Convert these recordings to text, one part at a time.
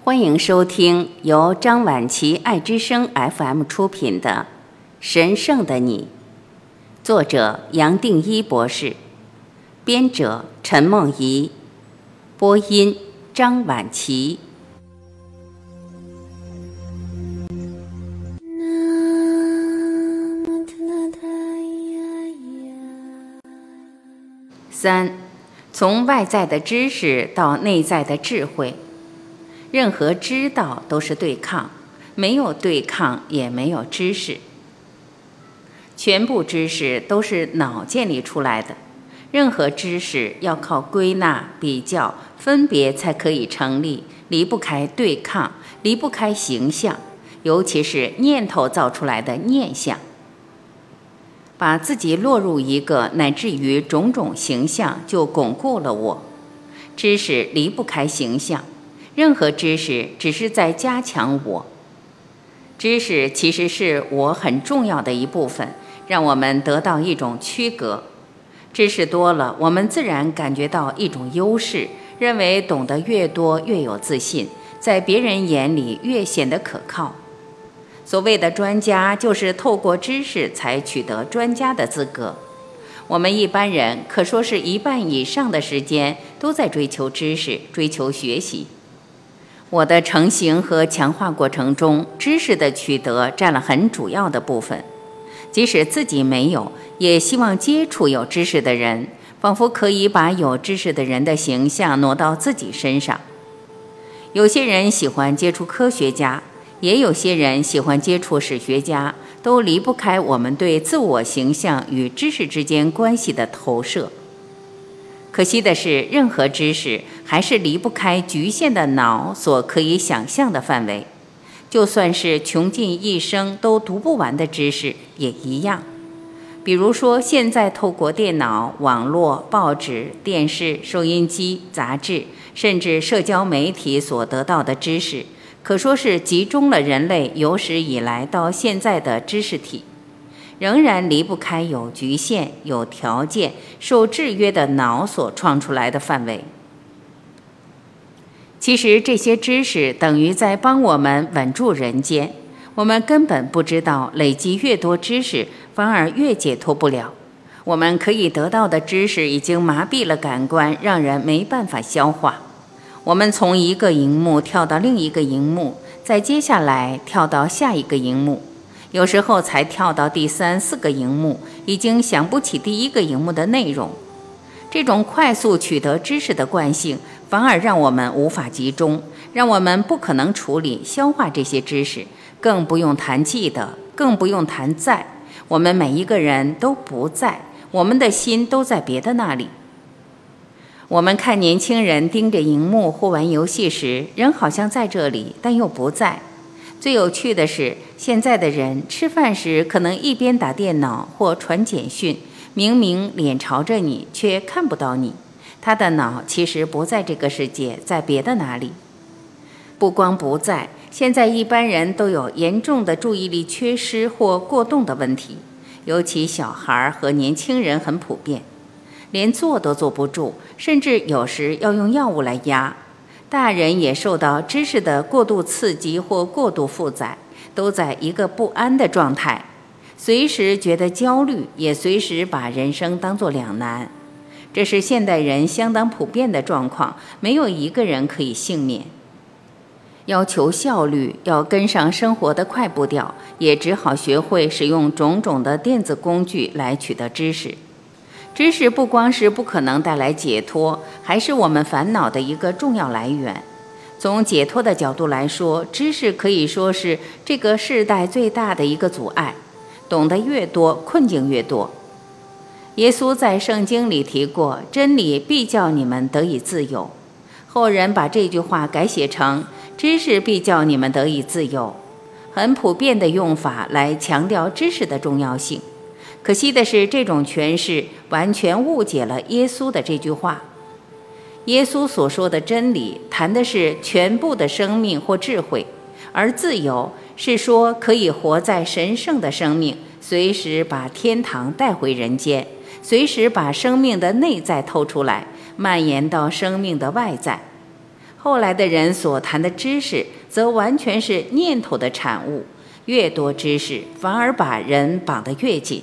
欢迎收听由张晚琪爱之声 FM 出品的《神圣的你》，作者杨定一博士，编者陈梦怡，播音张晚琪。3. 从外在的知识到内在的智慧。任何知道都是对抗，没有对抗也没有知识。全部知识都是脑建立出来的，任何知识要靠归纳、比较、分别才可以成立，离不开对抗，离不开形象，尤其是念头造出来的念想。把自己落入一个乃至于种种形象，就巩固了我。知识离不开形象，任何知识只是在加强我。知识其实是我很重要的一部分，让我们得到一种区隔。知识多了，我们自然感觉到一种优势，认为懂得越多越有自信，在别人眼里越显得可靠。所谓的专家，就是透过知识才取得专家的资格。我们一般人可说是一半以上的时间都在追求知识，追求学习。我的成型和强化过程中，知识的取得占了很主要的部分。即使自己没有，也希望接触有知识的人，仿佛可以把有知识的人的形象挪到自己身上。有些人喜欢接触科学家，也有些人喜欢接触史学家，都离不开我们对自我形象与知识之间关系的投射。可惜的是，任何知识还是离不开局限的脑所可以想象的范围，就算是穷尽一生都读不完的知识也一样。比如说，现在透过电脑、网络、报纸、电视、收音机、杂志，甚至社交媒体所得到的知识，可说是集中了人类有史以来到现在的知识体，仍然离不开有局限、有条件、受制约的脑所创出来的范围。其实这些知识等于在帮我们稳住人间，我们根本不知道累积越多知识，反而越解脱不了。我们可以得到的知识已经麻痹了感官，让人没办法消化。我们从一个荧幕跳到另一个荧幕，再接下来跳到下一个荧幕，有时候才跳到第3、4个荧幕，已经想不起第一个荧幕的内容。这种快速取得知识的惯性，反而让我们无法集中，让我们不可能处理、消化这些知识，更不用谈记得，更不用谈在。我们每一个人都不在，我们的心都在别的那里。我们看年轻人盯着荧幕或玩游戏时，人好像在这里，但又不在。最有趣的是，现在的人吃饭时可能一边打电脑或传简讯，明明脸朝着你，却看不到你。他的脑其实不在这个世界，在别的哪里。不光不在，现在一般人都有严重的注意力缺失或过动的问题，尤其小孩和年轻人很普遍。连坐都坐不住，甚至有时要用药物来压。大人也受到知识的过度刺激或过度负载，都在一个不安的状态，随时觉得焦虑，也随时把人生当作两难。这是现代人相当普遍的状况，没有一个人可以幸免。要求效率，要跟上生活的快步调，也只好学会使用种种的电子工具来取得知识。知识不光是不可能带来解脱，还是我们烦恼的一个重要来源。从解脱的角度来说，知识可以说是这个世代最大的一个阻碍。懂得越多，困境越多。耶稣在圣经里提过，真理必叫你们得以自由。后人把这句话改写成，知识必叫你们得以自由。很普遍的用法来强调知识的重要性。可惜的是，这种诠释完全误解了耶稣的这句话。耶稣所说的真理，谈的是全部的生命或智慧，而自由是说可以活在神圣的生命，随时把天堂带回人间，随时把生命的内在透出来，蔓延到生命的外在。 后来的人所谈的知识，则完全是念头的产物，越多知识，反而把人绑得越紧。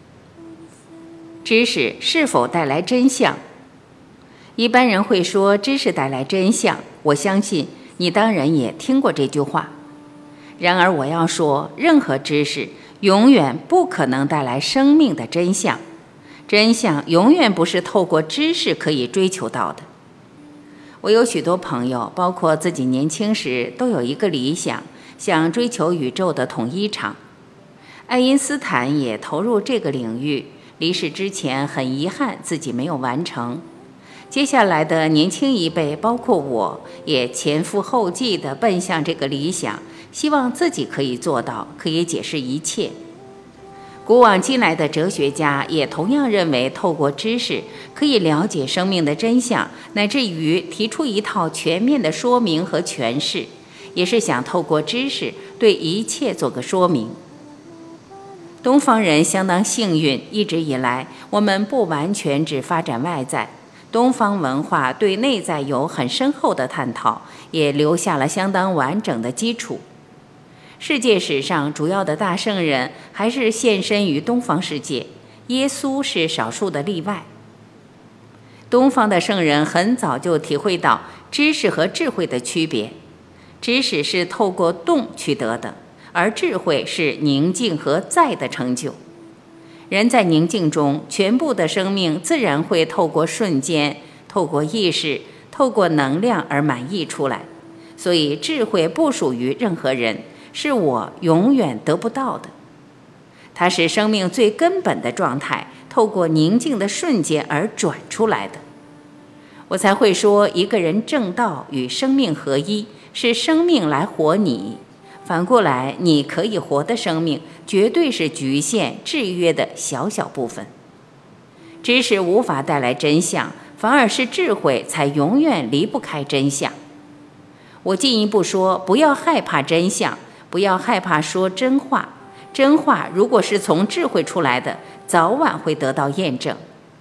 知识是否带来真相？一般人会说知识带来真相，我相信你当然也听过这句话。然而我要说，任何知识永远不可能带来生命的真相，真相永远不是透过知识可以追求到的。我有许多朋友，包括自己年轻时，都有一个理想，想追求宇宙的统一场。爱因斯坦也投入这个领域，离世之前很遗憾自己没有完成。接下来的年轻一辈，包括我，也前赴后继地奔向这个理想，希望自己可以做到，可以解释一切。古往今来的哲学家也同样认为，透过知识可以了解生命的真相，乃至于提出一套全面的说明和诠释，也是想透过知识对一切做个说明。东方人相当幸运，一直以来我们不完全只发展外在，东方文化对内在有很深厚的探讨，也留下了相当完整的基础。世界史上主要的大圣人还是现身于东方世界，耶稣是少数的例外。东方的圣人很早就体会到知识和智慧的区别，知识是透过动取得的，而智慧是宁静和在的成就。人在宁静中，全部的生命自然会透过瞬间，透过意识，透过能量而满溢出来。所以智慧不属于任何人，是我永远得不到的。它是生命最根本的状态，透过宁静的瞬间而转出来的。我才会说，一个人正道与生命合一，是生命来活你。反过来，你可以活的生命，绝对是局限、制约的小小部分。知识无法带来真相，反而是智慧才永远离不开真相。我进一步说，不要害怕真相，不要害怕说真话。真话如果是从智慧出来的，早晚会得到验证。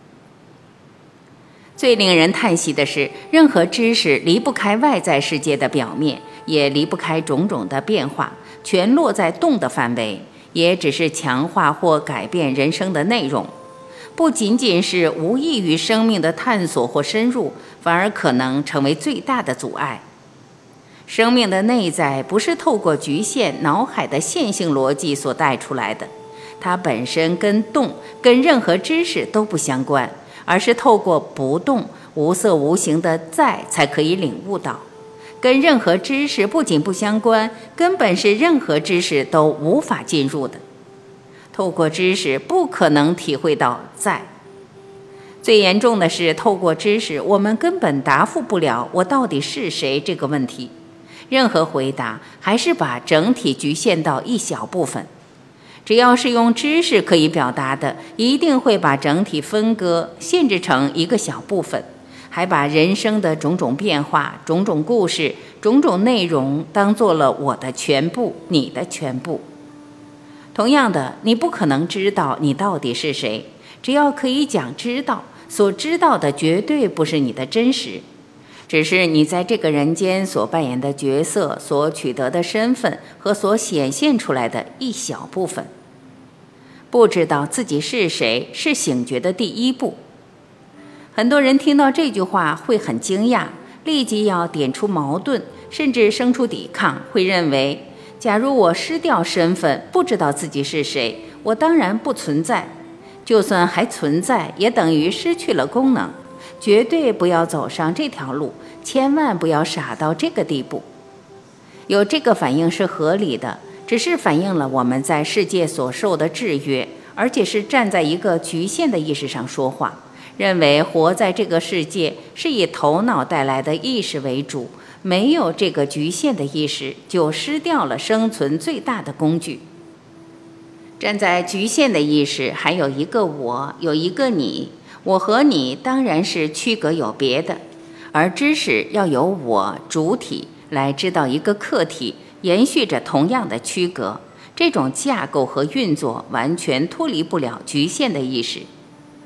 最令人叹息的是，任何知识离不开外在世界的表面，也离不开种种的变化，全落在动的范围，也只是强化或改变人生的内容，不仅仅是无益于生命的探索或深入，反而可能成为最大的阻碍。生命的内在不是透过局限脑海的线性逻辑所带出来的，它本身跟动、跟任何知识都不相关，而是透过不动、无色无形的在才可以领悟到。跟任何知识不仅不相关，根本是任何知识都无法进入的。透过知识不可能体会到在。最严重的是，透过知识我们根本答复不了我到底是谁这个问题，任何回答还是把整体局限到一小部分。只要是用知识可以表达的，一定会把整体分割，限制成一个小部分，还把人生的种种变化、种种故事、种种内容当做了我的全部、你的全部。同样的，你不可能知道你到底是谁，只要可以讲知道，所知道的绝对不是你的真实，只是你在这个人间所扮演的角色、所取得的身份和所显现出来的一小部分。不知道自己是谁，是醒觉的第一步。很多人听到这句话会很惊讶，立即要点出矛盾，甚至生出抵抗，会认为假如我失掉身份，不知道自己是谁，我当然不存在，就算还存在，也等于失去了功能。绝对不要走上这条路，千万不要傻到这个地步。有这个反应是合理的，只是反映了我们在世界所受的制约，而且是站在一个局限的意识上说话，认为活在这个世界是以头脑带来的意识为主，没有这个局限的意识，就失掉了生存最大的工具。站在局限的意识，还有一个我，有一个你，我和你当然是区隔有别的，而知识要由我主体来知道一个客体，延续着同样的区隔，这种架构和运作完全脱离不了局限的意识。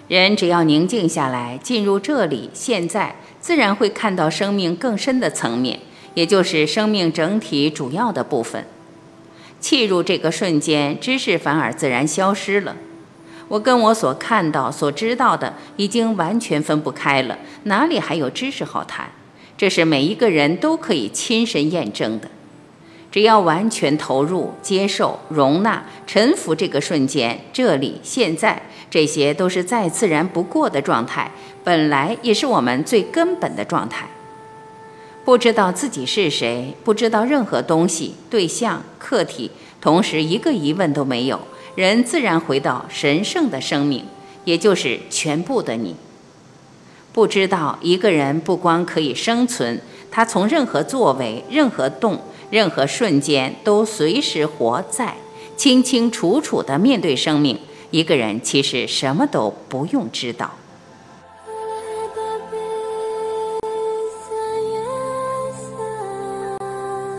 人只要宁静下来，进入这里现在，自然会看到生命更深的层面，也就是生命整体主要的部分。契入这个瞬间，知识反而自然消失了。我跟我所看到、所知道的已经完全分不开了，哪里还有知识好谈？这是每一个人都可以亲身验证的。只要完全投入、接受、容纳、臣服这个瞬间，这里、现在，这些都是再自然不过的状态，本来也是我们最根本的状态。不知道自己是谁，不知道任何东西、对象、客体，同时一个疑问都没有，人自然回到神圣的生命，也就是全部的你。不知道一个人不光可以生存，他从任何作为、任何动、任何瞬间都随时活在，清清楚楚地面对生命。一个人其实什么都不用知道。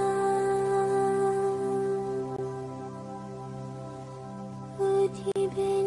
提杯